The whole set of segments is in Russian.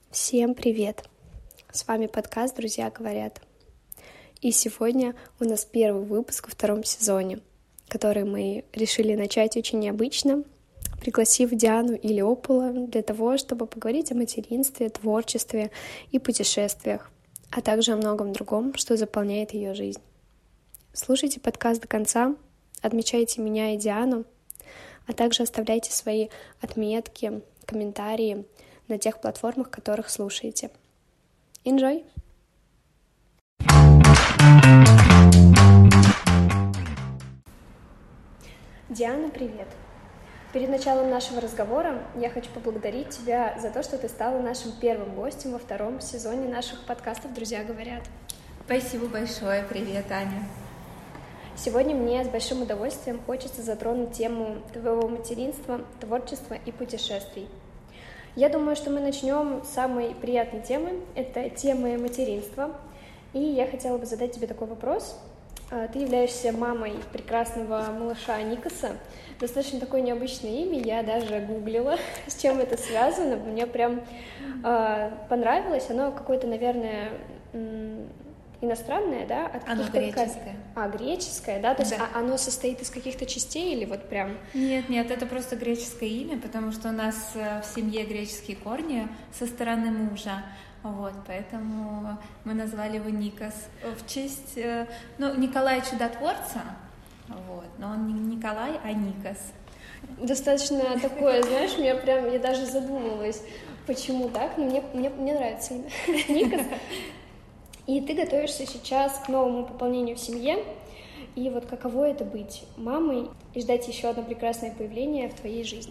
Всем привет! С вами подкаст «Друзья говорят». И сегодня у нас первый выпуск во втором сезоне, который мы решили начать очень необычно, пригласив Диану Илиопола для того, чтобы поговорить о материнстве, творчестве и путешествиях, а также о многом другом, что заполняет ее жизнь. Слушайте подкаст до конца, отмечайте меня и Диану, а также оставляйте свои отметки, комментарии на тех платформах, которых слушаете. Enjoy! Диана, привет! Перед началом нашего разговора я хочу поблагодарить тебя за то, что ты стала нашим первым гостем во втором сезоне наших подкастов «Друзья говорят». Спасибо большое. Привет, Аня. Сегодня мне с большим удовольствием хочется затронуть тему твоего материнства, творчества и путешествий. Я думаю, что мы начнем с самой приятной темы, это темы материнства. И я хотела бы задать тебе такой вопрос. Ты являешься мамой прекрасного малыша Никаса. Достаточно такое необычное имя, я даже гуглила, с чем это связано. Мне прям понравилось, оно какое-то, наверное, иностранное, да? Оно греческое. Греческое, да? То есть оно состоит из каких-то частей или вот прям... Нет, это просто греческое имя, потому что у нас в семье греческие корни со стороны мужа. Вот, поэтому мы назвали его Никас в честь Николая Чудотворца, вот, но он не Николай, а Никас. Достаточно такое, знаешь, я даже задумалась, почему так, но мне нравится имя Никас. И ты готовишься сейчас к новому пополнению в семье, и вот каково это быть мамой и ждать еще одно прекрасное появление в твоей жизни?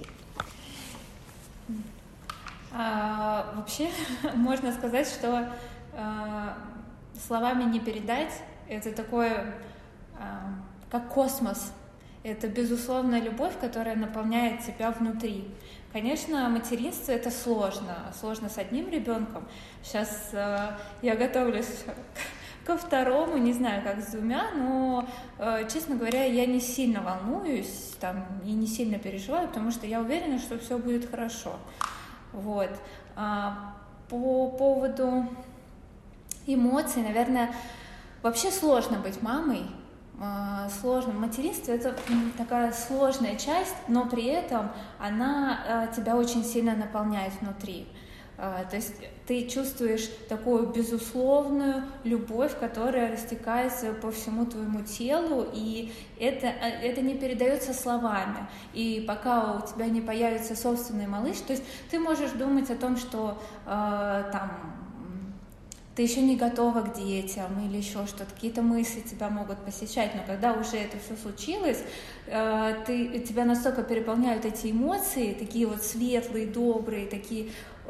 Вообще, можно сказать, что словами не передать, это такое, как космос. Это безусловная любовь, которая наполняет тебя внутри. Конечно, материнство — это сложно с одним ребенком. Сейчас я готовлюсь ко второму, не знаю, как с двумя, но, честно говоря, я не сильно волнуюсь и не сильно переживаю, потому что я уверена, что все будет хорошо. Вот. По поводу эмоций, наверное, вообще сложно быть мамой. Сложно. Материнство — это такая сложная часть, но при этом она тебя очень сильно наполняет внутри. То есть ты чувствуешь такую безусловную любовь, которая растекается по всему твоему телу, и это не передается словами. И пока у тебя не появится собственный малыш, то есть ты можешь думать о том, что ты еще не готова к детям или еще что-то, какие-то мысли тебя могут посещать, но когда уже это все случилось, тебя настолько переполняют эти эмоции, такие вот светлые, добрые, такие,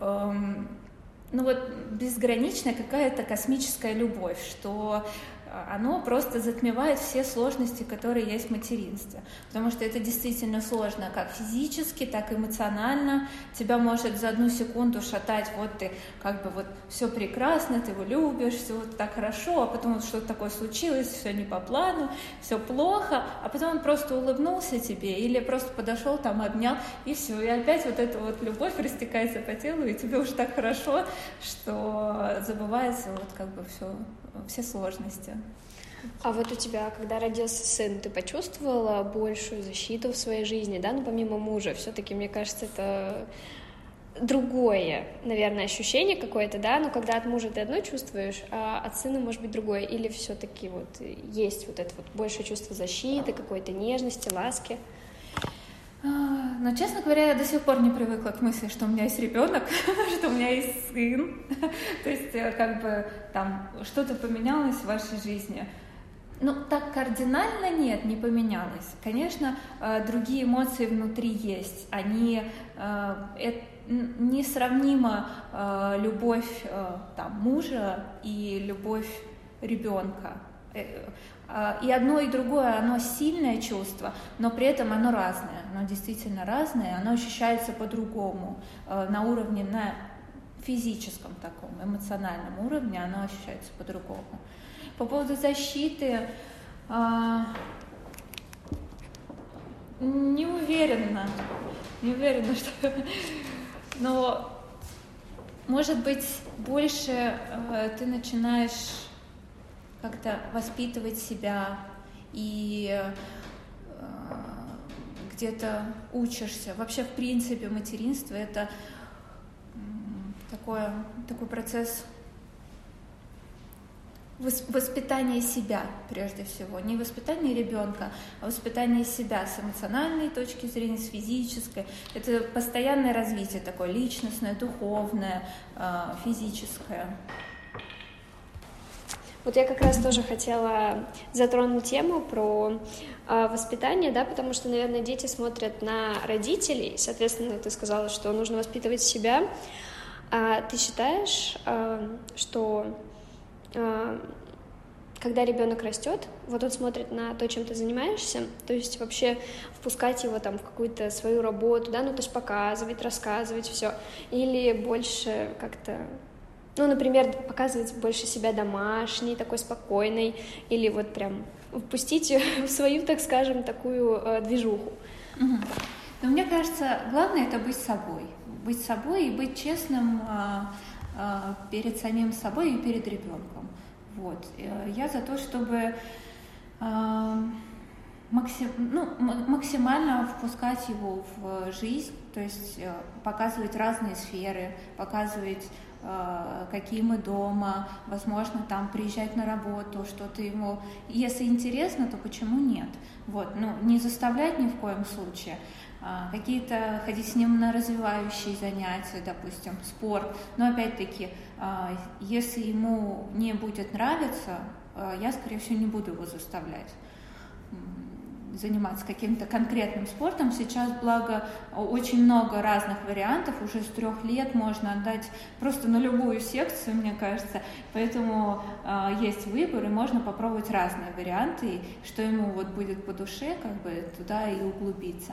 безграничная какая-то космическая любовь, что оно просто затмевает все сложности, которые есть в материнстве. Потому что это действительно сложно как физически, так и эмоционально. Тебя может за одну секунду шатать, вот ты все прекрасно, ты его любишь, все вот так хорошо, а потом вот что-то такое случилось, все не по плану, все плохо, а потом он просто улыбнулся тебе или просто подошел, обнял, и все, и опять вот эта вот любовь растекается по телу, и тебе уже так хорошо, что забывается все сложности. А вот у тебя, когда родился сын, ты почувствовала большую защиту в своей жизни, да? Помимо мужа, все-таки, мне кажется, это другое, наверное, ощущение какое-то, да? Но когда от мужа ты одно чувствуешь, а от сына, может быть, другое. Или все-таки есть это большее чувство защиты, какой-то нежности, ласки? Но, честно говоря, я до сих пор не привыкла к мысли, что у меня есть ребенок, что у меня есть сын. То есть, что-то поменялось в вашей жизни. Так кардинально нет, не поменялось. Конечно, другие эмоции внутри есть. Они несравнима любовь мужа и любовь ребенка. И одно, и другое, оно сильное чувство, но при этом оно разное, оно действительно разное, оно ощущается по-другому, на физическом таком, эмоциональном уровне оно ощущается по-другому. По поводу защиты, не уверена, что... Но может быть, больше ты начинаешь как-то воспитывать себя и где-то учишься. Вообще, в принципе, материнство — это такой процесс воспитания себя, прежде всего. Не воспитание ребенка, а воспитание себя с эмоциональной точки зрения, с физической. Это постоянное развитие такое личностное, духовное, физическое. Вот я как раз тоже хотела затронуть тему про воспитание, да, потому что, наверное, дети смотрят на родителей, соответственно, ты сказала, что нужно воспитывать себя. А ты считаешь, что когда ребенок растет, вот он смотрит на то, чем ты занимаешься, то есть вообще впускать его там в какую-то свою работу, да, ну то есть показывать, рассказывать все, или больше как-то, ну, например, показывать больше себя домашней, такой спокойной, или вот прям впустить в свою, так скажем, такую движуху. Угу. Но мне кажется, главное — это быть собой и быть честным перед самим собой и перед ребенком. Вот. Я за то, чтобы максимально впускать его в жизнь, то есть показывать разные сферы, показывать, какие мы дома, возможно, там приезжать на работу, что-то ему, если интересно, то почему нет? Вот. Ну, не заставлять ни в коем случае, какие-то ходить с ним на развивающие занятия, допустим, спорт, но опять-таки, если ему не будет нравиться, я, скорее всего, не буду его заставлять заниматься каким-то конкретным спортом. Сейчас, благо, очень много разных вариантов, уже с 3 лет можно отдать просто на любую секцию, мне кажется, поэтому есть выбор, и можно попробовать разные варианты, и что ему вот будет по душе, как бы туда и углубиться.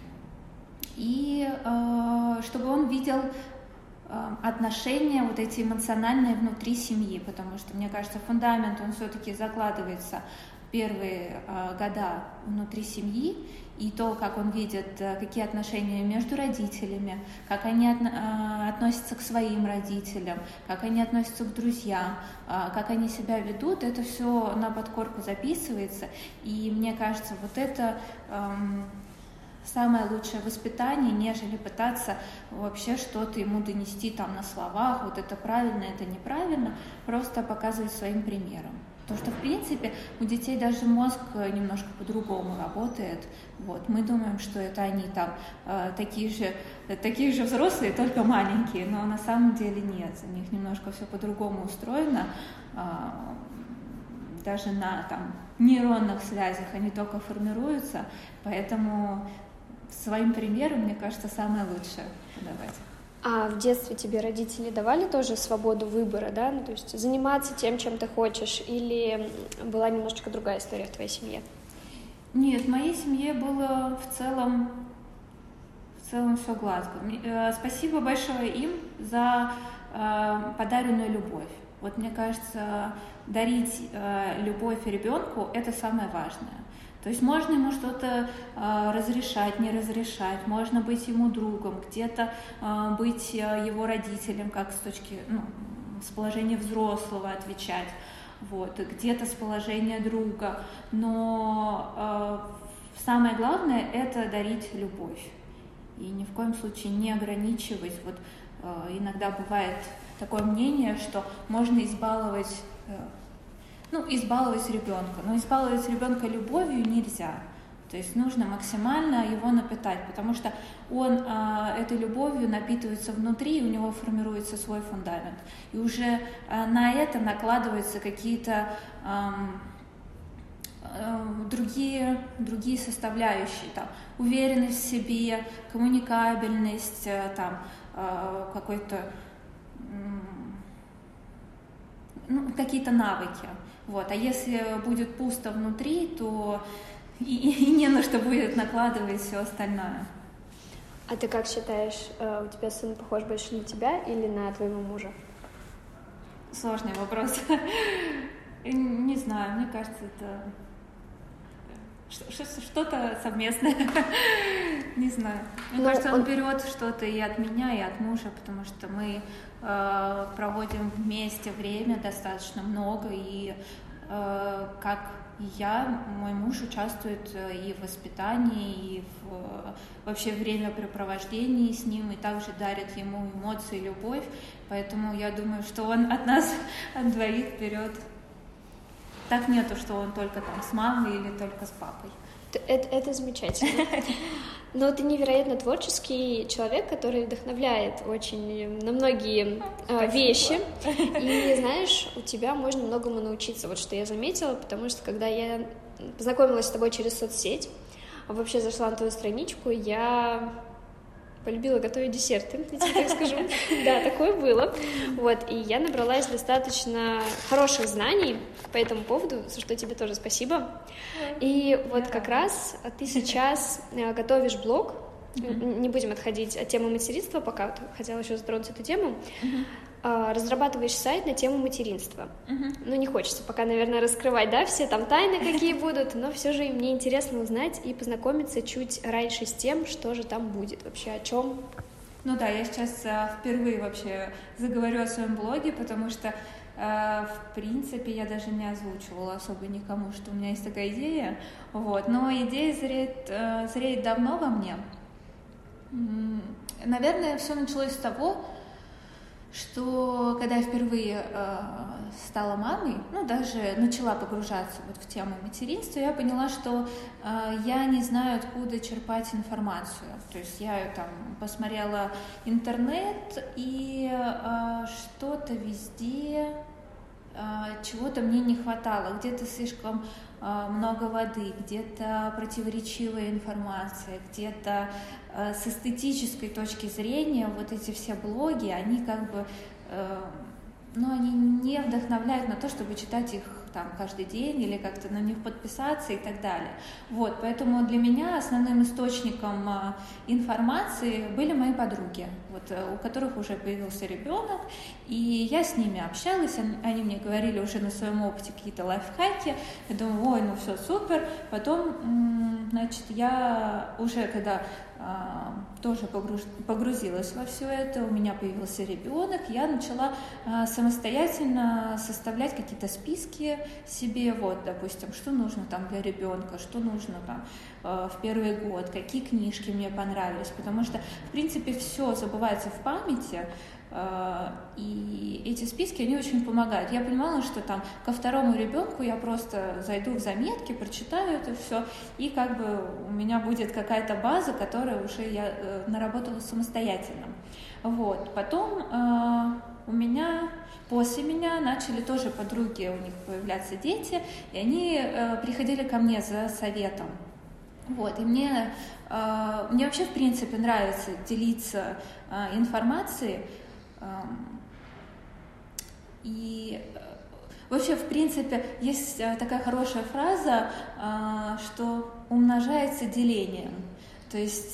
И чтобы он видел отношения вот эти эмоциональные внутри семьи, потому что, мне кажется, фундамент, он все-таки закладывается первые года внутри семьи, и то, как он видит, какие отношения между родителями, как они относятся к своим родителям, как они относятся к друзьям, как они себя ведут, это все на подкорку записывается, и мне кажется, вот это самое лучшее воспитание, нежели пытаться вообще что-то ему донести там на словах, вот это правильно, это неправильно, просто показывать своим примером. Потому что, в принципе, у детей даже мозг немножко по-другому работает. Вот. Мы думаем, что это они там такие же взрослые, только маленькие, но на самом деле нет. У них немножко все по-другому устроено. Даже на там нейронных связях они только формируются, поэтому своим примером, мне кажется, самое лучшее подавать. А в детстве тебе родители давали тоже свободу выбора, да? Ну, то есть заниматься тем, чем ты хочешь, или была немножечко другая история в твоей семье? Нет, в моей семье было в целом все гладко. Спасибо большое им за подаренную любовь. Вот мне кажется, дарить любовь ребенку — это самое важное. То есть можно ему что-то разрешать, не разрешать, можно быть ему другом, где-то быть его родителем, как с положения взрослого отвечать, вот, где-то с положения друга. Но самое главное — это дарить любовь. И ни в коем случае не ограничивать. Вот иногда бывает такое мнение, что можно избаловать ребенка, но избаловать ребенка любовью нельзя. То есть нужно максимально его напитать, потому что он этой любовью напитывается внутри, и у него формируется свой фундамент. И уже на это накладываются какие-то другие составляющие, там, уверенность в себе, коммуникабельность, там, какой-то, какие-то навыки. Вот. А если будет пусто внутри, то и не на что будет накладывать все остальное. А ты как считаешь, у тебя сын похож больше на тебя или на твоего мужа? Сложный вопрос. Не знаю, мне кажется, это что-то совместное. Не знаю. Мне кажется, он берет что-то и от меня, и от мужа, потому что мы проводим вместе время достаточно много, и как я, мой муж участвует и в воспитании, и в вообще времяпрепровождении с ним, и также дарит ему эмоции, любовь. Поэтому я думаю, что он от нас, от двоих берет. Так нету, что он только там с мамой или только с папой. Это замечательно. Но ты невероятно творческий человек, который вдохновляет очень на многие вещи. И знаешь, у тебя можно многому научиться. Вот что я заметила, потому что когда я познакомилась с тобой через соцсеть, вообще зашла на твою страничку, я полюбила готовить десерты, я тебе так скажу. Да, такое было. Вот, и я набралась достаточно хороших знаний по этому поводу, за что тебе тоже спасибо. И вот как раз ты сейчас готовишь блог, не будем отходить от темы материнства пока, хотела еще затронуть эту тему, разрабатываешь сайт на тему материнства. Ну, не хочется пока, наверное, раскрывать, да, все там тайны какие будут, но все же мне интересно узнать и познакомиться чуть раньше с тем, что же там будет, вообще о чем. Ну да, я сейчас впервые вообще заговорю о своем блоге, потому что, в принципе, я даже не озвучивала особо никому, что у меня есть такая идея, вот, но идея зреет давно во мне. Наверное, все началось с того, что когда я впервые стала мамой, ну, даже начала погружаться вот в тему материнства, я поняла, что я не знаю, откуда черпать информацию. То есть я там посмотрела интернет, и что-то везде, чего-то мне не хватало. Где-то слишком много воды, где-то противоречивая информация, где-то с эстетической точки зрения вот эти все блоги, они как бы, ну, они не вдохновляют на то, чтобы читать их там каждый день или как-то на них подписаться и так далее. Вот, поэтому для меня основным источником информации были мои подруги, вот, у которых уже появился ребенок, и я с ними общалась, они мне говорили уже на своем опыте какие-то лайфхаки, я думаю, ой, ну все супер, потом, значит, я уже когда тоже погрузилась во все это, у меня появился ребенок, я начала самостоятельно составлять какие-то списки себе, вот, допустим, что нужно там для ребенка, что нужно там в первый год, какие книжки мне понравились, потому что, в принципе, все забывается в памяти, и эти списки, они очень помогают. Я понимала, что там ко второму ребенку я просто зайду в заметки, прочитаю это все, и как бы у меня будет какая-то база, которая уже я наработала самостоятельно. Вот. Потом после меня начали тоже подруги, у них появляться дети, и они приходили ко мне за советом. Вот, и мне вообще, в принципе, нравится делиться информацией. И вообще, в принципе, есть такая хорошая фраза, что умножается делением. То есть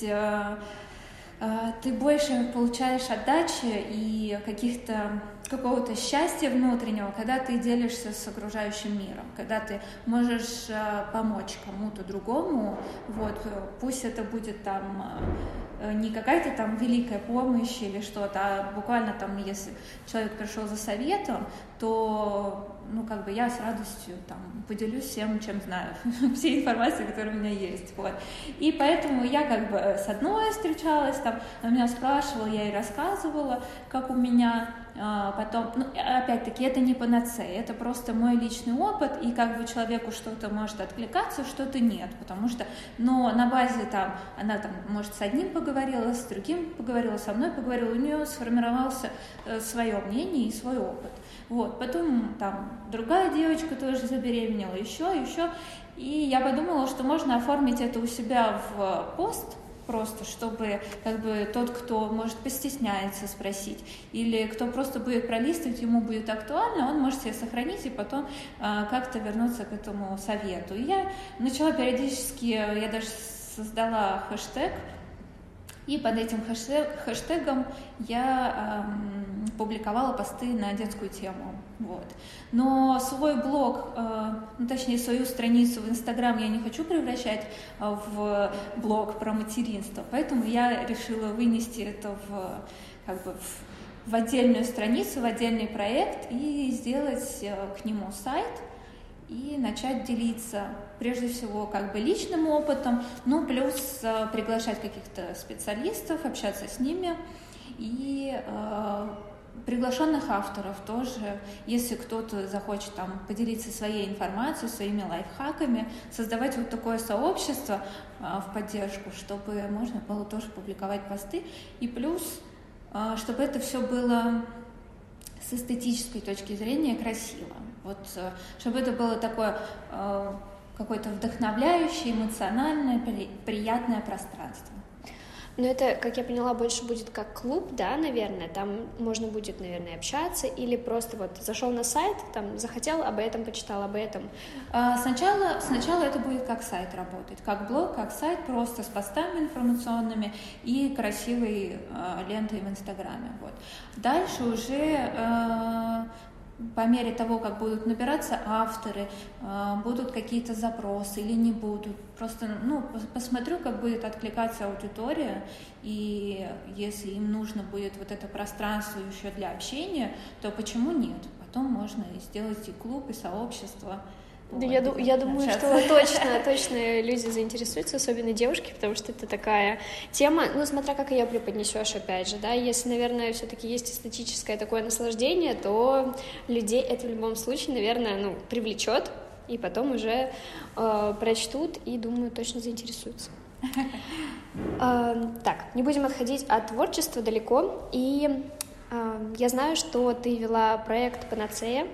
ты больше получаешь отдачи и какого-то счастья внутреннего, когда ты делишься с окружающим миром, когда ты можешь помочь кому-то другому, вот, пусть это будет там не какая-то там великая помощь или что-то, а буквально там, если человек пришел за советом, то, ну, как бы я с радостью там поделюсь всем, чем знаю, всей информацией, которая у меня есть, вот. И поэтому я как бы с одной встречалась, там, она меня спрашивала, я ей рассказывала, как у меня, потом, ну, опять-таки, это не панацея, это просто мой личный опыт, и как бы человеку что-то может откликаться, что-то нет, потому что, но на базе там, она там, может, с одним поговорила, с другим поговорила, со мной поговорила, у нее сформировался свое мнение и свой опыт. Вот, потом там другая девочка тоже забеременела, еще, и я подумала, что можно оформить это у себя в пост, просто чтобы как бы тот, кто, может, постесняется спросить, или кто просто будет пролистывать, ему будет актуально, он может себе сохранить и потом как-то вернуться к этому совету. И я начала периодически, я даже создала хэштег, и под этим хэштегом я публиковала посты на детскую тему. Вот. Но свой блог, точнее свою страницу в Инстаграм я не хочу превращать в блог про материнство, поэтому я решила вынести это в отдельную страницу, в отдельный проект и сделать к нему сайт и начать делиться, прежде всего, личным опытом, плюс приглашать каких-то специалистов, общаться с ними и приглашенных авторов тоже, если кто-то захочет поделиться своей информацией, своими лайфхаками, создавать вот такое сообщество в поддержку, чтобы можно было тоже публиковать посты, и плюс, чтобы это все было с эстетической точки зрения красиво. Вот, чтобы это было такое какое-то вдохновляющее, эмоциональное, приятное пространство. Но это, как я поняла, больше будет как клуб, да, наверное, там можно будет, наверное, общаться, или просто вот зашел на сайт, захотел, об этом почитал, об этом. Сначала это будет как сайт работать, как блог, как сайт, просто с постами информационными и красивой лентой в Инстаграме. Вот. Дальше уже по мере того, как будут набираться авторы, будут какие-то запросы или не будут. Просто посмотрю, как будет откликаться аудитория, и если им нужно будет вот это пространство еще для общения, то почему нет? Потом можно сделать и клуб, и сообщество. Да, я думаю, что точно люди заинтересуются, особенно девушки, потому что это такая тема, смотря как ее преподнесешь, опять же, да, если, наверное, все-таки есть эстетическое такое наслаждение, то людей это в любом случае, наверное, привлечет, и потом уже прочтут и, думаю, точно заинтересуются. Так, не будем отходить от творчества далеко, и я знаю, что ты вела проект «Панацея».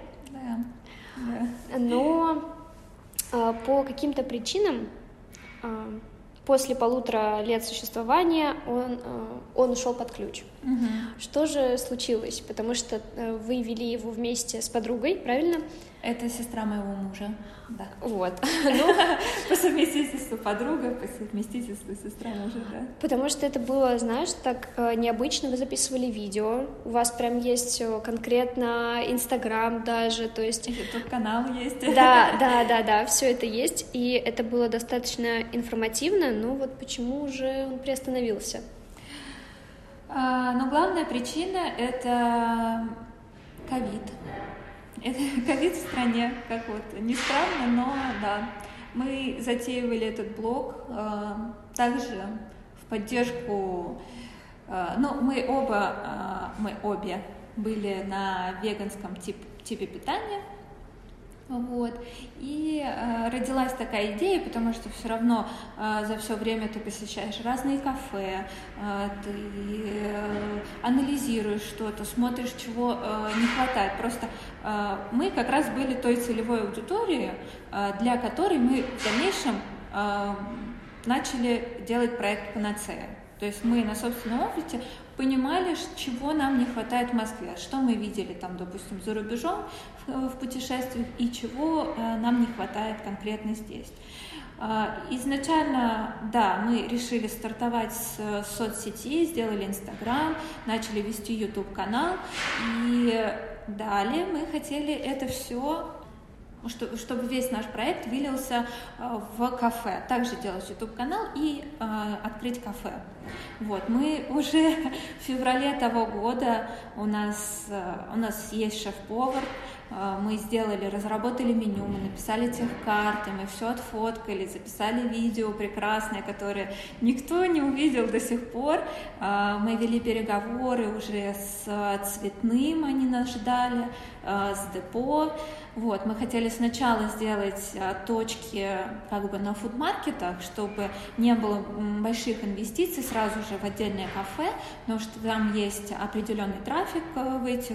Но по каким-то причинам после 1,5 лет существования он ушел под ключ. Угу. Что же случилось? Потому что вы вели его вместе с подругой, правильно? Это сестра моего мужа, да. Вот. По совместительству подруга, по совместительству сестра мужа, да. Потому что это было, знаешь, так необычно. Вы записывали видео, у вас прям есть конкретно Инстаграм даже, то есть... YouTube-канал есть. Да, все это есть, и это было достаточно информативно, но вот почему же он приостановился? Но главная причина — это ковид. Это ковид в стране, как не странно, но да. Мы затеивали этот блог также в поддержку, мы обе были на веганском типе питания. Вот. И родилась такая идея, потому что все равно за все время ты посещаешь разные кафе, ты анализируешь что-то, смотришь, чего не хватает. Просто мы как раз были той целевой аудиторией, для которой мы в дальнейшем начали делать проект «Панацея». То есть мы на собственном опыте понимали, чего нам не хватает в Москве, что мы видели допустим, за рубежом в путешествиях и чего нам не хватает конкретно здесь. Изначально, да, мы решили стартовать с соцсетей, сделали Инстаграм, начали вести YouTube-канал, и далее мы хотели это все, чтобы весь наш проект вылился в кафе. Также делать YouTube-канал и открыть кафе. Вот, мы уже в феврале того года, у нас есть шеф-повар, мы разработали меню, мы написали техкарты, мы все отфоткали, записали видео прекрасное, которое никто не увидел до сих пор. Мы вели переговоры уже с Цветным, они нас ждали, с депо. Вот, мы хотели сначала сделать точки на фудмаркетах, чтобы не было больших инвестиций сразу же в отдельное кафе, потому что там есть определенный трафик в этих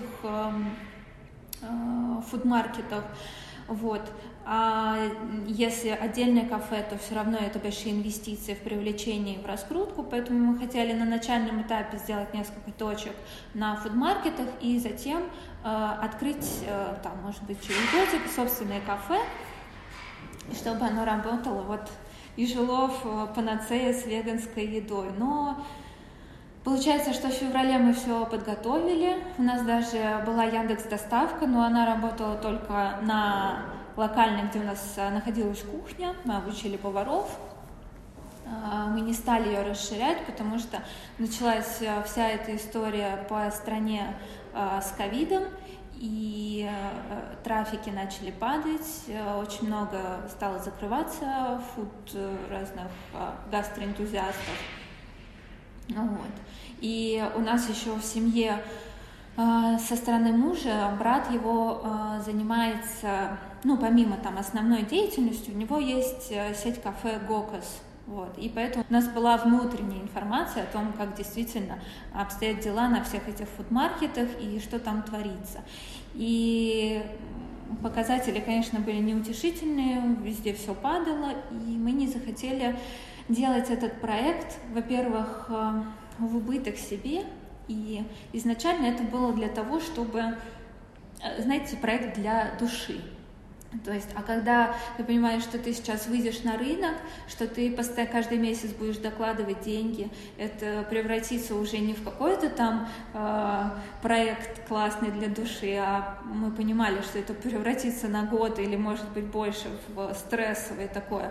фудмаркетах. Вот. А если отдельное кафе, то все равно это большие инвестиции в привлечение и в раскрутку, поэтому мы хотели на начальном этапе сделать несколько точек на фудмаркетах и затем открыть, может быть, через годик собственное кафе, чтобы оно работало и жило в Панацея с веганской едой. Но Получается, что в феврале мы все подготовили. У нас даже была Яндекс.Доставка, но она работала только на локальной, где у нас находилась кухня. Мы обучили поваров. Мы не стали ее расширять, потому что началась вся эта история по стране с ковидом, и трафики начали падать, очень много стало закрываться разных гастроэнтузиастов. Вот. И у нас еще в семье со стороны мужа брат его занимается, помимо там основной деятельности, у него есть сеть кафе «Гокос». Вот. И поэтому у нас была внутренняя информация о том, как действительно обстоят дела на всех этих фудмаркетах и что там творится. И показатели, конечно, были неутешительные, везде все падало, и мы не захотели делать этот проект, во-первых, в убыток себе, и изначально это было для того, чтобы, знаете, проект для души. То есть, а когда ты понимаешь, что ты сейчас выйдешь на рынок, что ты постоянно каждый месяц будешь докладывать деньги, это превратится уже не в какой-то там проект классный для души, а мы понимали, что это превратится на год или, может быть, больше в стрессовый такой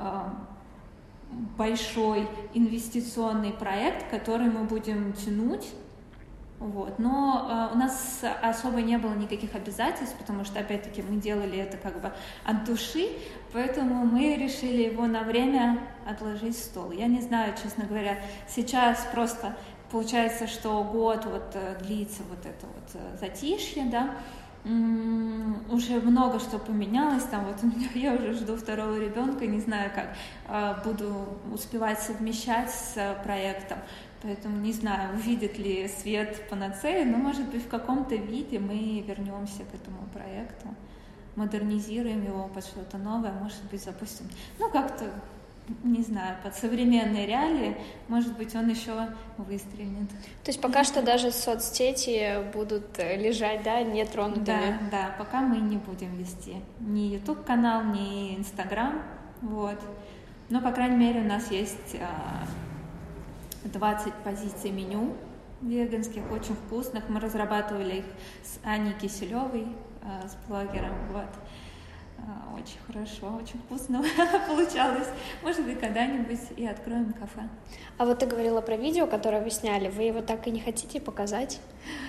большой инвестиционный проект, который мы будем тянуть. Вот. Но у нас особо не было никаких обязательств, потому что, опять-таки, мы делали это как бы от души, поэтому мы решили его на время отложить в стол. Я не знаю, честно говоря, сейчас просто получается, что год длится это затишье, да, уже много что поменялось, там у меня, я уже жду второго ребенка, не знаю, как буду успевать совмещать с проектом. Поэтому не знаю, увидит ли свет панацеи, но, может быть, в каком-то виде мы вернемся к этому проекту, модернизируем его под что-то новое, может быть, запустим, как-то, не знаю, под современные реалии, может быть, он еще выстрелит. То есть пока что даже соцсети будут лежать, да, нетронутыми? Да, пока мы не будем вести ни YouTube-канал, ни Instagram, вот. Но, по крайней мере, у нас есть 20 позиций меню веганских, очень вкусных. Мы разрабатывали их с Аней Киселевой, с блогером. Вот. Очень хорошо, очень вкусно получалось. Может быть, когда-нибудь и откроем кафе. А вот ты говорила про видео, которое вы сняли. Вы его так и не хотите показать?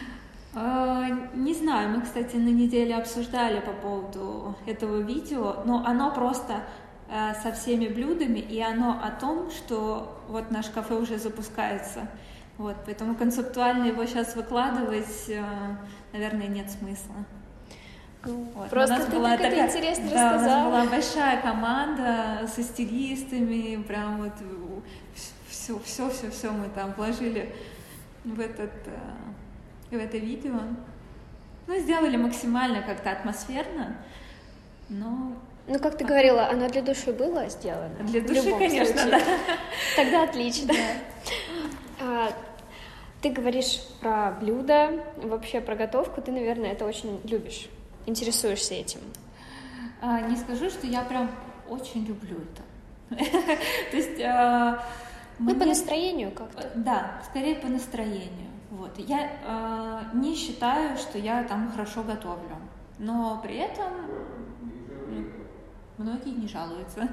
Не знаю. Мы, кстати, на неделе обсуждали по поводу этого видео, но оно просто со всеми блюдами, и оно о том, что вот наш кафе уже запускается. Вот, поэтому концептуально его сейчас выкладывать, наверное, нет смысла. Вот. Просто ты так это интересно рассказала. У нас была большая команда со стилистами, прям вот все мы там вложили в это видео. Сделали максимально как-то атмосферно, но... как ты говорила, оно для души было сделано? Для души, конечно, случае. Да. Тогда отлично. Да. Ты говоришь про блюда, вообще про готовку, ты, наверное, это очень любишь, интересуешься этим. Не скажу, что я прям очень люблю это. То есть... по настроению как-то. Да, скорее по настроению. Вот. Я не считаю, что я там хорошо готовлю, но при этом... Многие не жалуются.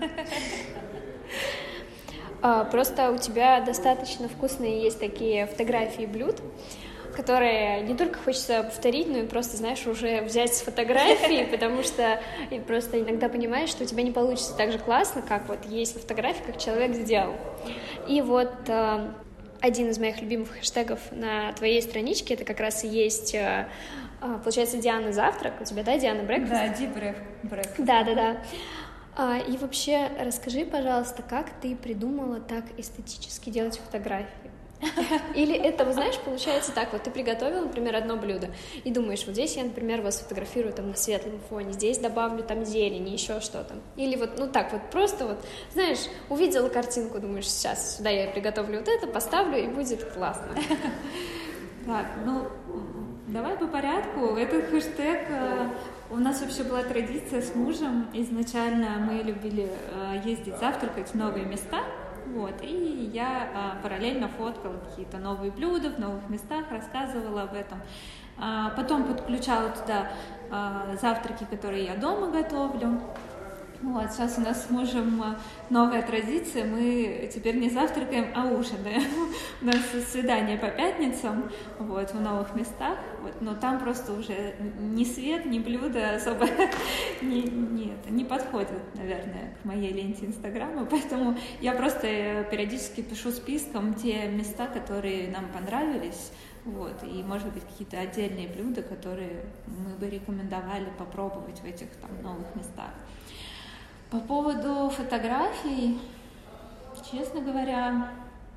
Просто у тебя достаточно вкусные есть такие фотографии блюд, которые не только хочется повторить, но и просто, знаешь, уже взять с фотографии, потому что просто иногда понимаешь, что у тебя не получится так же классно, как вот есть на фотографии, как человек сделал. И вот один из моих любимых хэштегов на твоей страничке, это как раз и есть... Получается, Диана завтрак. У тебя, да, Диана Breakfast? Да, Ди Breakfast. Да. И вообще, расскажи, пожалуйста, как ты придумала так эстетически делать фотографии? Или это, вы знаешь, получается так, вот ты приготовила, например, одно блюдо, и думаешь, вот здесь я, например, вас сфотографирую там на светлом фоне, здесь добавлю там зелень, еще что-то. Или вот, так вот, просто вот, знаешь, увидела картинку, думаешь, сейчас сюда я приготовлю вот это, поставлю, и будет классно. Так, давай по порядку. Этот хэштег, у нас вообще была традиция с мужем. Изначально мы любили ездить завтракать в новые места. вот, и я параллельно фоткала какие-то новые блюда в новых местах, рассказывала об этом. Потом подключала туда завтраки, которые я дома готовлю. Вот, сейчас у нас с мужем новая традиция, мы теперь не завтракаем, а ужинаем. У нас свидание по пятницам, вот, в новых местах, вот, но там просто уже ни свет, ни блюда особо не подходят, наверное, к моей ленте Инстаграма, поэтому я просто периодически пишу списком те места, которые нам понравились, вот, и, может быть, какие-то отдельные блюда, которые мы бы рекомендовали попробовать в этих там новых местах. По поводу фотографий, честно говоря,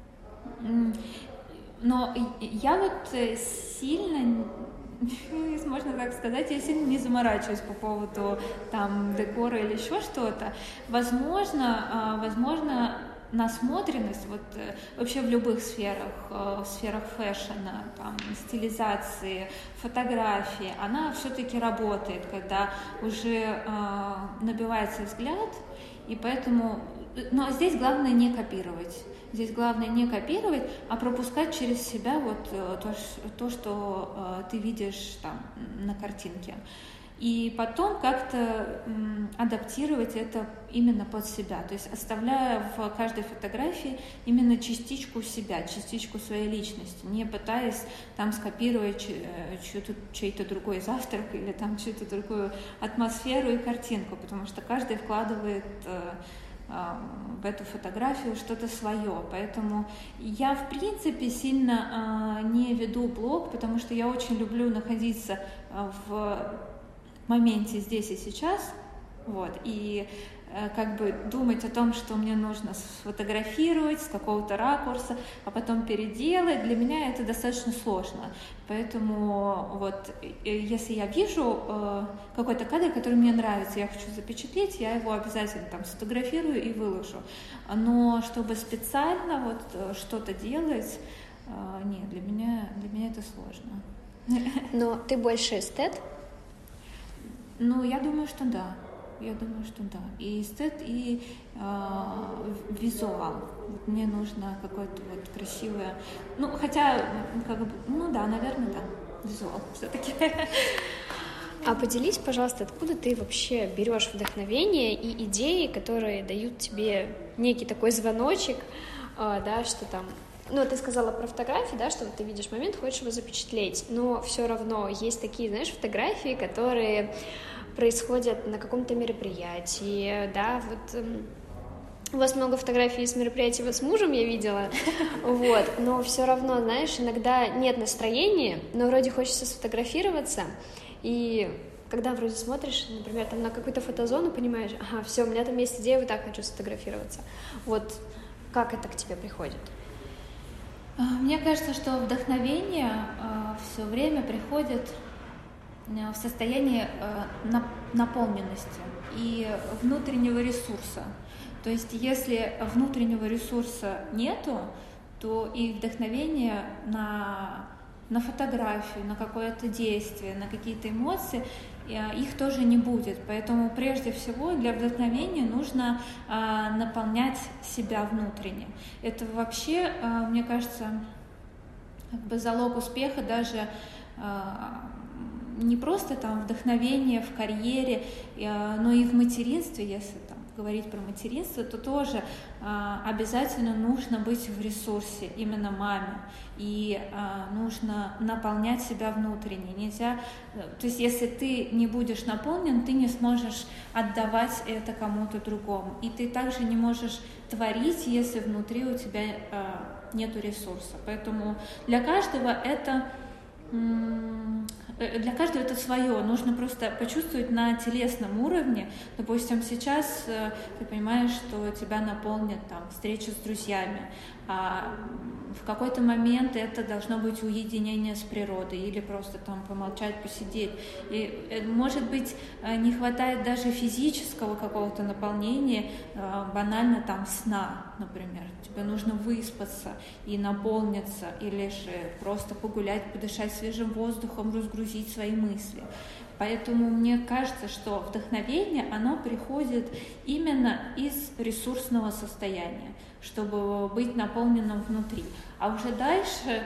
но я вот сильно, можно так сказать, я сильно не заморачиваюсь по поводу там декора или еще что-то. Возможно, насмотренность вот вообще в любых сферах фэшена, там, стилизации, фотографии, она все-таки работает, когда уже набивается взгляд, и поэтому, но здесь главное не копировать. Здесь главное не копировать, а пропускать через себя вот то, что ты видишь там на картинке. И потом как-то адаптировать это именно под себя, то есть оставляя в каждой фотографии именно частичку себя, частичку своей личности, не пытаясь там скопировать чей-то другой завтрак или там чью-то другую атмосферу и картинку, потому что каждый вкладывает в эту фотографию что-то свое, поэтому я в принципе сильно не веду блог, потому что я очень люблю находиться в моменте здесь и сейчас, вот, и как бы думать о том, что мне нужно сфотографировать с какого-то ракурса, а потом переделать, для меня это достаточно сложно. Поэтому вот если я вижу какой-то кадр, который мне нравится, я хочу запечатлеть, я его обязательно там сфотографирую и выложу. Но чтобы специально вот что-то делать, нет, для меня это сложно. Но ты больше эстет? Ну, я думаю, что да. И эстет, и визуал. Вот мне нужно какое-то вот красивое... Ну, хотя, как бы, ну да, наверное, да, визуал все-таки. А поделись, пожалуйста, откуда ты вообще берешь вдохновение и идеи, которые дают тебе некий такой звоночек, да, что там... Ну, ты сказала про фотографии, да, что вот ты видишь момент, хочешь его запечатлеть, но все равно есть такие, знаешь, фотографии, которые происходят на каком-то мероприятии, да, вот у вас много фотографий с мероприятий с мужем, я видела, вот, но все равно, знаешь, иногда нет настроения, но вроде хочется сфотографироваться, и когда вроде смотришь, например, там на какую-то фотозону, понимаешь, ага, все, у меня там есть идея, вот так хочу сфотографироваться, вот как это к тебе приходит? Мне кажется, что вдохновение все время приходит в состоянии наполненности и внутреннего ресурса. То есть если внутреннего ресурса нету, то и вдохновение на фотографию, на какое-то действие, на какие-то эмоции, их тоже не будет. Поэтому прежде всего для вдохновения нужно наполнять себя внутренне. Это вообще, мне кажется, как бы залог успеха даже не просто там вдохновение в карьере, но и в материнстве, если там говорить про материнство, то тоже обязательно нужно быть в ресурсе именно маме, и нужно наполнять себя внутренне. Нельзя, то есть если ты не будешь наполнен, ты не сможешь отдавать это кому-то другому, и ты также не можешь творить, если внутри у тебя нету ресурса. Поэтому для каждого это свое, нужно просто почувствовать на телесном уровне. Допустим, сейчас ты понимаешь, что тебя наполнит там встреча с друзьями, а в какой-то момент это должно быть уединение с природой или просто там помолчать, посидеть. И, может быть, не хватает даже физического какого-то наполнения, банально там сна, например. Тебе нужно выспаться и наполниться, или же просто погулять, подышать свежим воздухом, разгрузить свои мысли. Поэтому мне кажется, что вдохновение, оно приходит именно из ресурсного состояния, чтобы быть наполненным внутри. А уже дальше,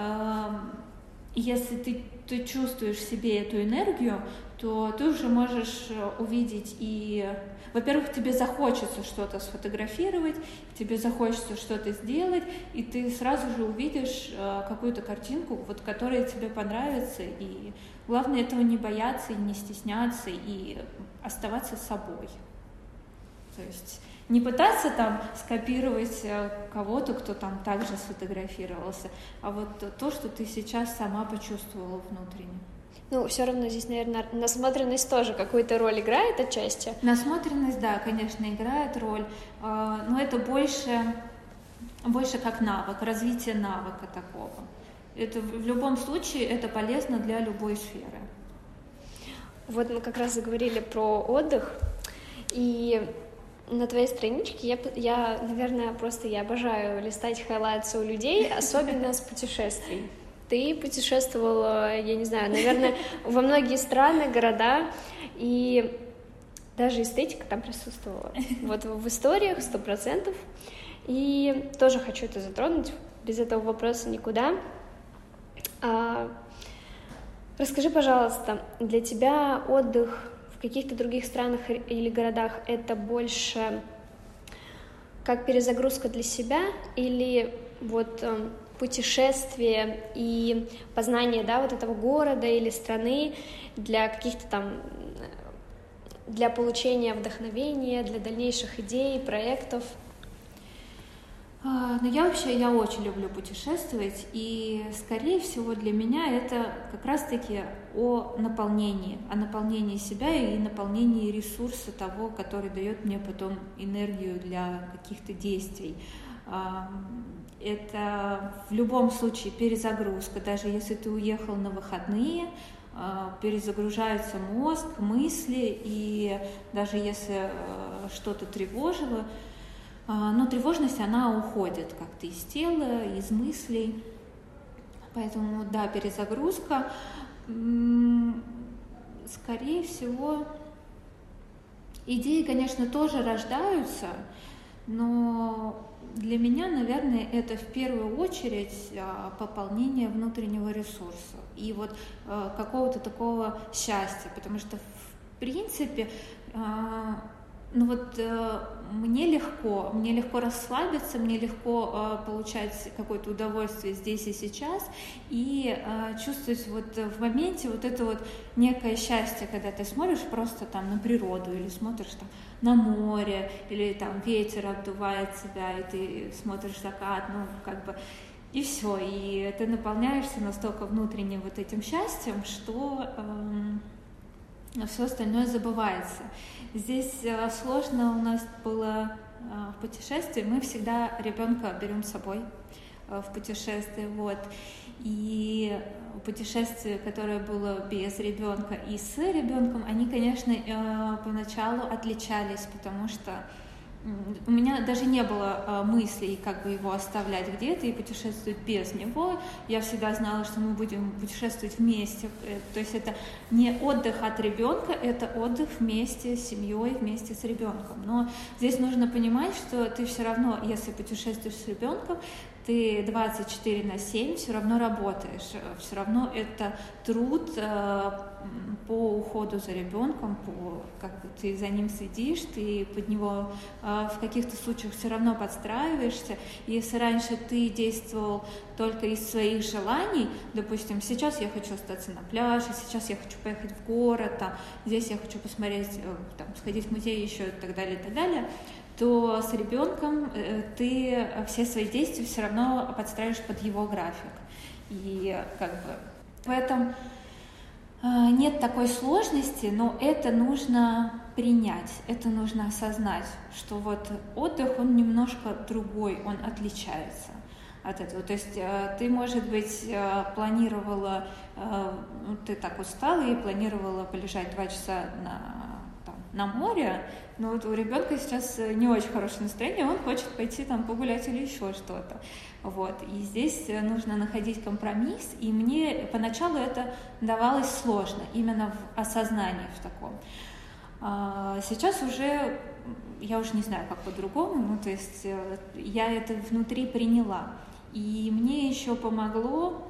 если ты чувствуешь в себе эту энергию, то ты уже можешь увидеть и, во-первых, тебе захочется что-то сфотографировать, тебе захочется что-то сделать, и ты сразу же увидишь какую-то картинку, вот, которая тебе понравится, и главное этого не бояться и не стесняться, и оставаться собой. То есть не пытаться там скопировать кого-то, кто там также сфотографировался, а вот то, что ты сейчас сама почувствовала внутренне. Ну, все равно здесь, наверное, насмотренность тоже какую-то роль играет отчасти. Насмотренность, да, конечно, играет роль, но это больше как навык, развитие навыка такого. Это в любом случае это полезно для любой сферы. Вот мы как раз заговорили про отдых, и на твоей страничке я, наверное, я обожаю листать хайлайтсы у людей, особенно с путешествий. Ты путешествовала, я не знаю, наверное, во многие страны, города, и даже эстетика там присутствовала. Вот в историях 100%. И тоже хочу это затронуть, без этого вопроса никуда. Расскажи, пожалуйста, для тебя отдых в каких-то других странах или городах — это больше как перезагрузка для себя или вот путешествие и познание, да, вот этого города или страны для каких-то там, для получения вдохновения, для дальнейших идей, проектов? Ну, я очень люблю путешествовать, и, скорее всего, для меня это как раз-таки о наполнении себя и наполнении ресурса того, который дает мне потом энергию для каких-то действий. Это в любом случае перезагрузка, даже если ты уехал на выходные, перезагружается мозг, мысли, и даже если что-то тревожило, но тревожность, она уходит как-то из тела, из мыслей. Поэтому, да, перезагрузка. Скорее всего, идеи, конечно, тоже рождаются, но для меня, наверное, это в первую очередь пополнение внутреннего ресурса и вот какого-то такого счастья, потому что, в принципе, мне легко расслабиться, мне легко получать какое-то удовольствие здесь и сейчас и чувствовать вот в моменте вот это вот некое счастье, когда ты смотришь просто там на природу или смотришь там на море, или там ветер обдувает тебя, и ты смотришь закат, и все, и ты наполняешься настолько внутренним вот этим счастьем, что все остальное забывается. Здесь сложно у нас было в путешествии. Мы всегда ребенка берем с собой в путешествие, вот. И путешествие, которое было без ребенка и с ребенком, они, конечно, поначалу отличались, потому что у меня даже не было мыслей, как бы его оставлять где-то и путешествовать без него. Я всегда знала, что мы будем путешествовать вместе. То есть это не отдых от ребенка, это отдых вместе с семьей, вместе с ребенком. Но здесь нужно понимать, что ты все равно, если путешествуешь с ребенком, ты 24/7 все равно работаешь, все равно это труд по уходу за ребенком, ты за ним следишь, ты под него в каких-то случаях все равно подстраиваешься. Если раньше ты действовал только из своих желаний, допустим, сейчас я хочу остаться на пляже, сейчас я хочу поехать в город, здесь я хочу посмотреть, сходить в музей еще и так далее, то с ребенком ты все свои действия все равно подстраиваешь под его график. И в этом нет такой сложности, но это нужно принять, это нужно осознать, что вот отдых, он немножко другой, он отличается от этого. То есть ты, может быть, планировала, ты так устала и планировала полежать 2 часа на море, но вот у ребенка сейчас не очень хорошее настроение, он хочет пойти там погулять или еще что-то. Вот. И здесь нужно находить компромисс, и мне поначалу это давалось сложно, именно в осознании в таком. Сейчас уже, я уже не знаю, как по-другому, ну, то есть я это внутри приняла. И мне еще помогло,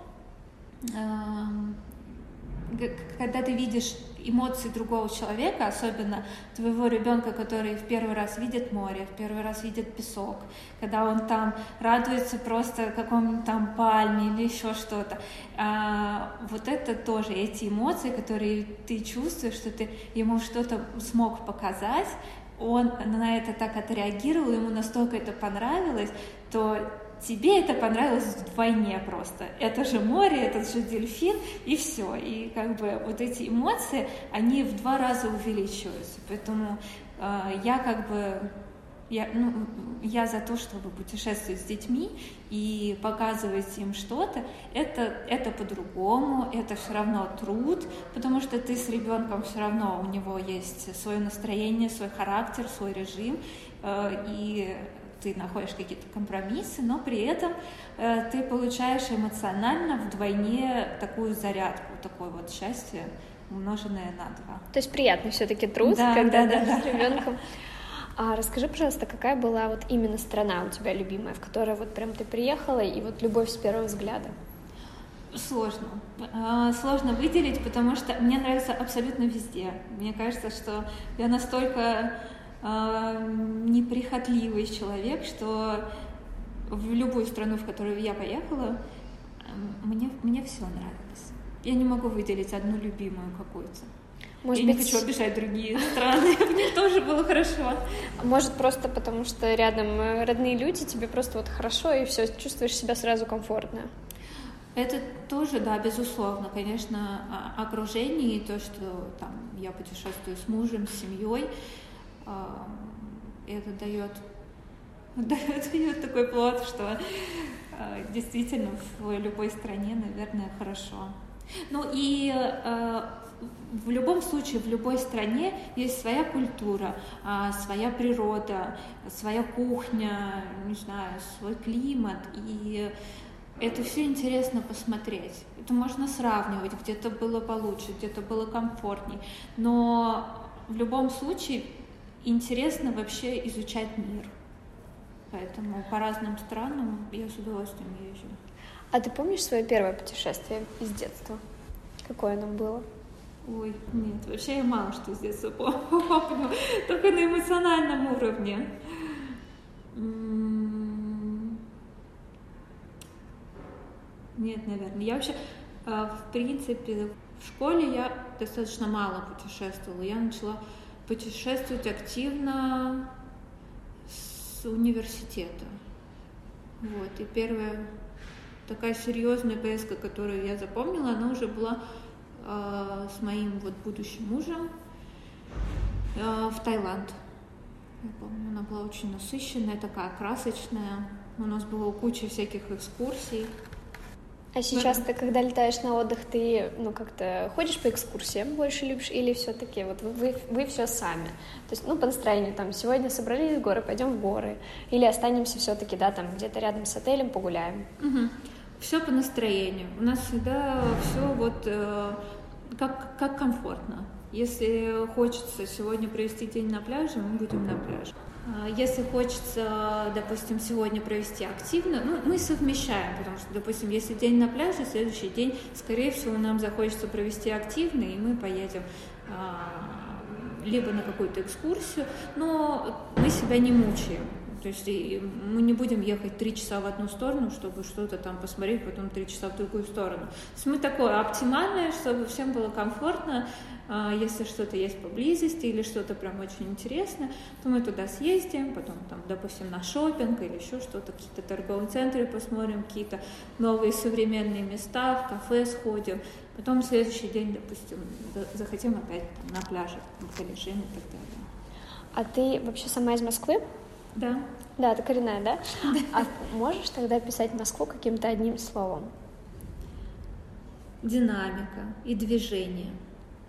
когда ты видишь эмоции другого человека, особенно твоего ребенка, который в первый раз видит море, в первый раз видит песок, когда он там радуется просто какому-нибудь там пальме или еще что-то. Вот это тоже, эти эмоции, которые ты чувствуешь, что ты ему что-то смог показать, он на это так отреагировал, ему настолько это понравилось, то тебе это понравилось вдвойне просто. Это же море, этот же дельфин, и все. И как бы вот эти эмоции, они в 2 раза увеличиваются. Поэтому я за то, чтобы путешествовать с детьми и показывать им что-то. Это по-другому, это все равно труд, потому что ты с ребенком все равно, у него есть свое настроение, свой характер, свой режим, и ты находишь какие-то компромиссы, но при этом ты получаешь эмоционально вдвойне такую зарядку, такое вот счастье, умноженное на 2. То есть приятный все-таки труд, да, когда да, с ребенком. А расскажи, пожалуйста, какая была вот именно страна у тебя любимая, в которой вот прям ты приехала, и вот любовь с первого взгляда? Сложно. Сложно выделить, потому что мне нравится абсолютно везде. Мне кажется, что я настолько неприхотливый человек, что в любую страну, в которую я поехала, мне все нравилось. Я не могу выделить одну любимую какую-то. Я не хочу обижать другие страны, в них тоже было хорошо. Может, просто потому что рядом родные люди, тебе просто вот хорошо, и все, чувствуешь себя сразу комфортно. Это тоже, да, безусловно, конечно, окружение и то, что там я путешествую с мужем, с семьей, это дает такой плод, что действительно в любой стране, наверное, хорошо. Ну и в любом случае, в любой стране есть своя культура, своя природа, своя кухня, не знаю, свой климат, и это все интересно посмотреть. Это можно сравнивать, где-то было получше, где-то было комфортней, но в любом случае интересно вообще изучать мир. Поэтому по разным странам я с удовольствием езжу. А ты помнишь свое первое путешествие из детства? Какое оно было? Ой, нет, вообще я мало что с детства помню, только на эмоциональном уровне. Нет, наверное. Я вообще, в принципе, в школе я достаточно мало путешествовала. Я начала путешествовать активно с университета. Вот. И первая такая серьезная поездка, которую я запомнила, она уже была с моим вот будущим мужем в Таиланд. Я помню, она была очень насыщенная, такая красочная. У нас было куча всяких экскурсий. А сейчас ты, когда летаешь на отдых, ты, как-то ходишь по экскурсиям больше любишь, или все-таки вот вы все сами? То есть, по настроению, там, сегодня собрались в горы, пойдем в горы, или останемся все-таки, да, там, где-то рядом с отелем погуляем? Все по настроению. У нас всегда все вот как комфортно. Если хочется сегодня провести день на пляже, мы будем на пляже. Если хочется, допустим, сегодня провести активно, мы совмещаем, потому что, допустим, если день на пляже, следующий день, скорее всего, нам захочется провести активно, и мы поедем либо на какую-то экскурсию, но мы себя не мучаем. То есть мы не будем ехать 3 часа в одну сторону, чтобы что-то там посмотреть, потом 3 часа в другую сторону. То есть мы такое оптимальное, чтобы всем было комфортно. Если что-то есть поблизости или что-то прям очень интересное, то мы туда съездим, потом там, допустим, на шопинг или еще что-то, какие-то торговые центры посмотрим, какие-то новые современные места, в кафе сходим. Потом в следующий день, допустим, захотим опять там, на пляже, полежим и так далее. А ты вообще сама из Москвы? Да. Да, ты коренная, да? А можешь тогда описать Москву каким-то одним словом? Динамика и движение.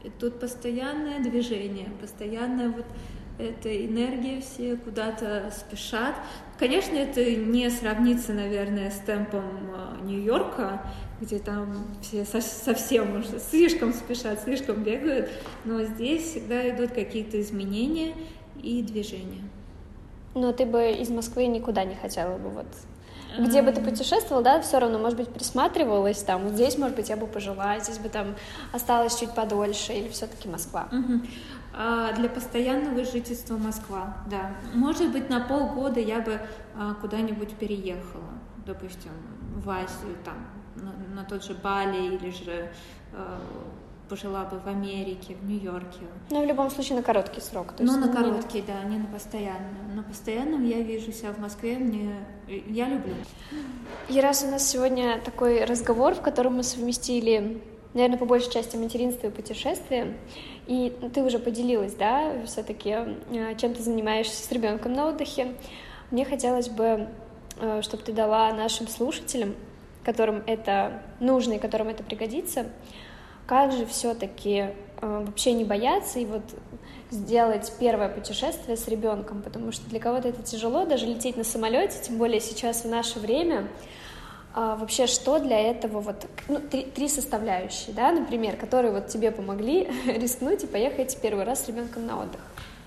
И тут постоянное движение, постоянная вот эта энергия, все куда-то спешат. Конечно, это не сравнится, наверное, с темпом Нью-Йорка, где там все совсем уже слишком спешат, слишком бегают, но здесь всегда идут какие-то изменения и движения. Но ты бы из Москвы никуда не хотела бы, вот где бы ты путешествовала, да, все равно, может быть, присматривалась там, вот здесь, может быть, я бы пожила, здесь бы там осталась чуть подольше, или все-таки Москва? Для постоянного жительства Москва, да. Может быть, на полгода я бы куда-нибудь переехала, допустим, в Азию, там, на тот же Бали, или же пожила бы в Америке, в Нью-Йорке. Ну, в любом случае, на короткий срок. То есть, на короткий, да, не на постоянно. На постоянном я вижу себя в Москве, я люблю. И раз у нас сегодня такой разговор, в котором мы совместили, наверное, по большей части материнство и путешествие, и ты уже поделилась, да, все-таки, чем ты занимаешься с ребенком на отдыхе, мне хотелось бы, чтобы ты дала нашим слушателям, которым это нужно и которым это пригодится, как же все-таки вообще не бояться и вот сделать первое путешествие с ребенком, потому что для кого-то это тяжело, даже лететь на самолете, тем более сейчас в наше время. Вообще, что для этого вот три составляющие, да, например, которые вот тебе помогли рискнуть и поехать первый раз с ребенком на отдых?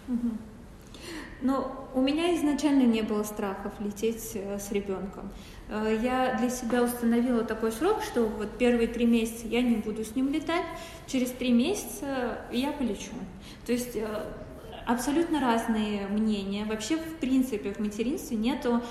Ну, у меня изначально не было страхов лететь с ребенком. Я для себя установила такой срок, что вот первые 3 месяца я не буду с ним летать, через 3 месяца я полечу. То есть абсолютно разные мнения. Вообще, в принципе, в материнстве нету...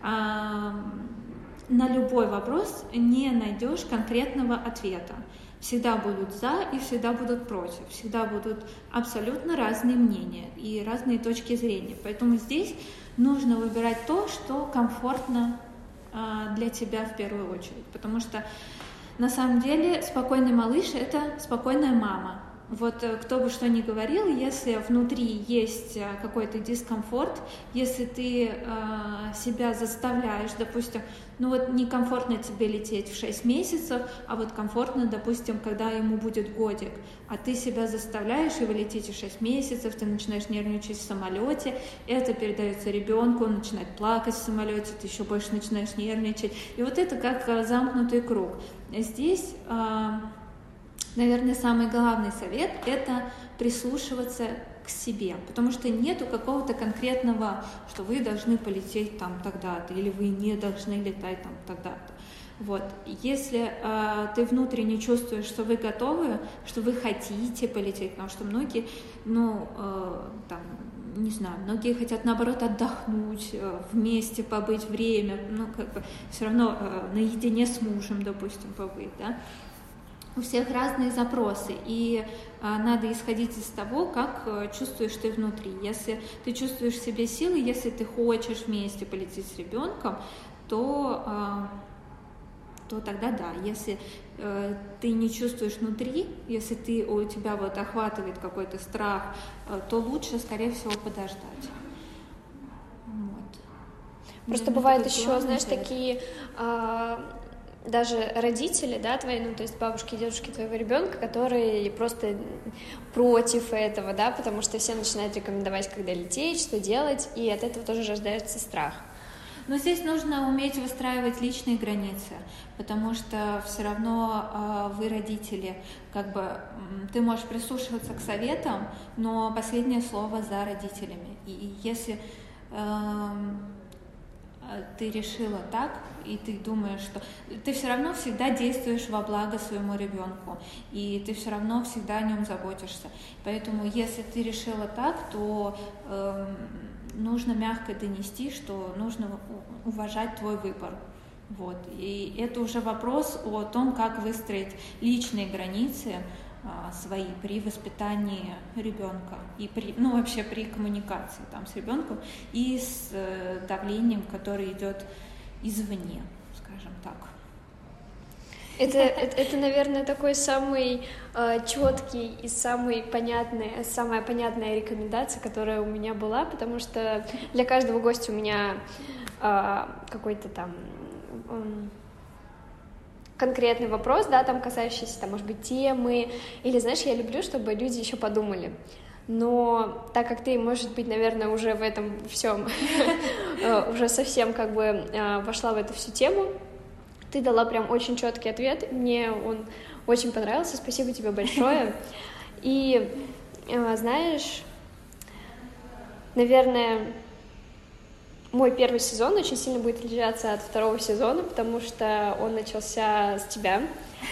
На любой вопрос не найдешь конкретного ответа. Всегда будут за и всегда будут против. Всегда будут абсолютно разные мнения и разные точки зрения. Поэтому здесь нужно выбирать то, что комфортно для тебя в первую очередь. Потому что на самом деле спокойный малыш — это спокойная мама. Вот кто бы что ни говорил, если внутри есть какой-то дискомфорт, если ты себя заставляешь, допустим, ну вот некомфортно тебе лететь в 6 месяцев, а вот комфортно, допустим, когда ему будет годик, а ты себя заставляешь, и вы летите 6 месяцев, ты начинаешь нервничать в самолете, это передается ребенку, он начинает плакать в самолете, ты еще больше начинаешь нервничать, и вот это как замкнутый круг. Здесь... Наверное, самый главный совет — это прислушиваться к себе, потому что нету какого-то конкретного, что вы должны полететь там тогда-то, или вы не должны летать там тогда-то. Вот. Если ты внутренне чувствуешь, что вы готовы, что вы хотите полететь, потому что многие, не знаю, многие хотят, наоборот, отдохнуть, вместе побыть время, все равно наедине с мужем, допустим, побыть, да. У всех разные запросы, и надо исходить из того, как чувствуешь ты внутри. Если ты чувствуешь в себе силы, если ты хочешь вместе полететь с ребенком, то тогда да. Если ты не чувствуешь внутри, если у тебя вот охватывает какой-то страх, то лучше, скорее всего, подождать. Вот. Просто бывают еще, знаешь, такие... даже родители, да, твои, то есть бабушки и дедушки твоего ребенка, которые просто против этого, да, потому что все начинают рекомендовать, когда лететь, что делать, и от этого тоже рождается страх. Но здесь нужно уметь выстраивать личные границы, потому что все равно вы родители, ты можешь прислушиваться к советам, но последнее слово за родителями. И если ты решила так, и ты думаешь, что ты все равно всегда действуешь во благо своему ребенку, и ты все равно всегда о нем заботишься. Поэтому, если ты решила так, то нужно мягко донести, что нужно уважать твой выбор. Вот. И это уже вопрос о том, как выстроить личные границы свои при воспитании ребенка и вообще при коммуникации с ребенком и с давлением, которое идет извне, скажем так. Это, наверное, такой самый четкий и самая понятная рекомендация, которая у меня была, потому что для каждого гостя у меня какой-то там конкретный вопрос, да, там, касающийся, там, может быть, темы, или, знаешь, я люблю, чтобы люди еще подумали. Но так как ты, может быть, наверное, уже в этом всем, уже совсем как бы вошла в эту всю тему, ты дала прям очень четкий ответ, мне он очень понравился, спасибо тебе большое. И, знаешь, наверное, мой первый сезон очень сильно будет отличаться от второго сезона, потому что он начался с тебя,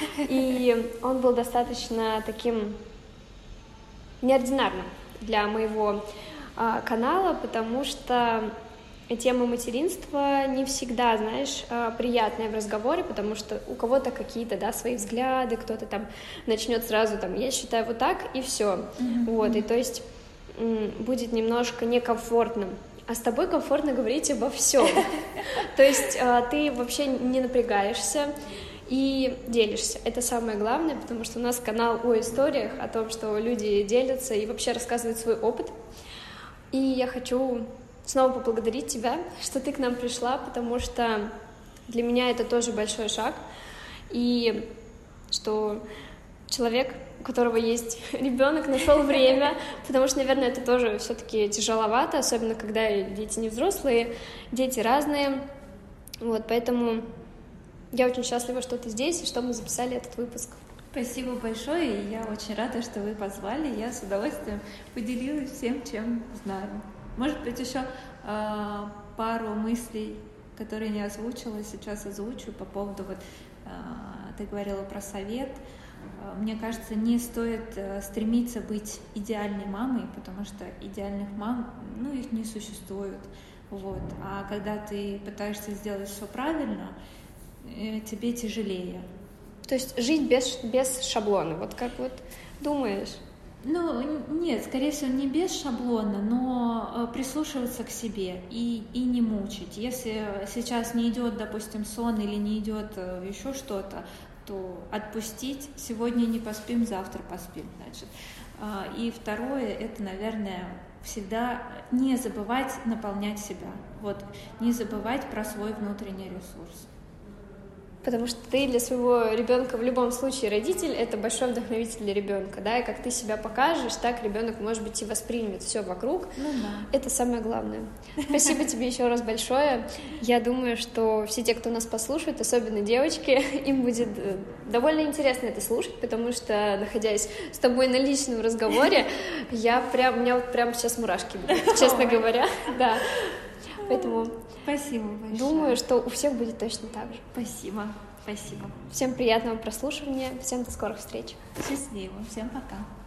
и он был достаточно таким неординарным для моего канала, потому что тема материнства не всегда, знаешь, приятная в разговоре, потому что у кого-то какие-то, да, свои взгляды, кто-то там начнет сразу там, я считаю вот так, и все, вот, и то есть будет немножко некомфортным, а с тобой комфортно говорить обо всем, то есть ты вообще не напрягаешься и делишься, это самое главное, потому что у нас канал о историях, о том, что люди делятся и вообще рассказывают свой опыт, и я хочу снова поблагодарить тебя, что ты к нам пришла, потому что для меня это тоже большой шаг, и что человек, у которого есть ребенок, нашел время, потому что, наверное, это тоже все-таки тяжеловато, особенно когда дети не взрослые, дети разные, вот, поэтому я очень счастлива, что ты здесь и что мы записали этот выпуск. Спасибо большое, и я очень рада, что вы позвали, я с удовольствием поделилась всем, чем знаю. Может быть, еще пару мыслей, которые не озвучила, сейчас озвучу по поводу, вот, ты говорила про совет. Мне кажется, не стоит стремиться быть идеальной мамой, потому что идеальных мам, ну, их не существует. Вот. А когда ты пытаешься сделать все правильно, тебе тяжелее. То есть жить без шаблона, вот как вот думаешь? Ну, нет, скорее всего, не без шаблона, но прислушиваться к себе и не мучить. Если сейчас не идет, допустим, сон или не идет еще что-то, то отпустить. Сегодня не поспим, завтра поспим, значит. И второе, это, наверное, всегда не забывать наполнять себя. Вот, не забывать про свой внутренний ресурс. Потому что ты для своего ребенка в любом случае родитель, это большой вдохновитель для ребенка, да, и как ты себя покажешь, так ребенок, может быть, и воспримет все вокруг. Ну да. Это самое главное. Спасибо тебе еще раз большое. Я думаю, что все те, кто нас послушает, особенно девочки, им будет довольно интересно это слушать, потому что, находясь с тобой на личном разговоре, у меня вот прямо сейчас мурашки будут, честно говоря, да. Поэтому спасибо большое. Думаю, что у всех будет точно так же. Спасибо. Спасибо. Всем приятного прослушивания, всем до скорых встреч. Счастливо, всем пока.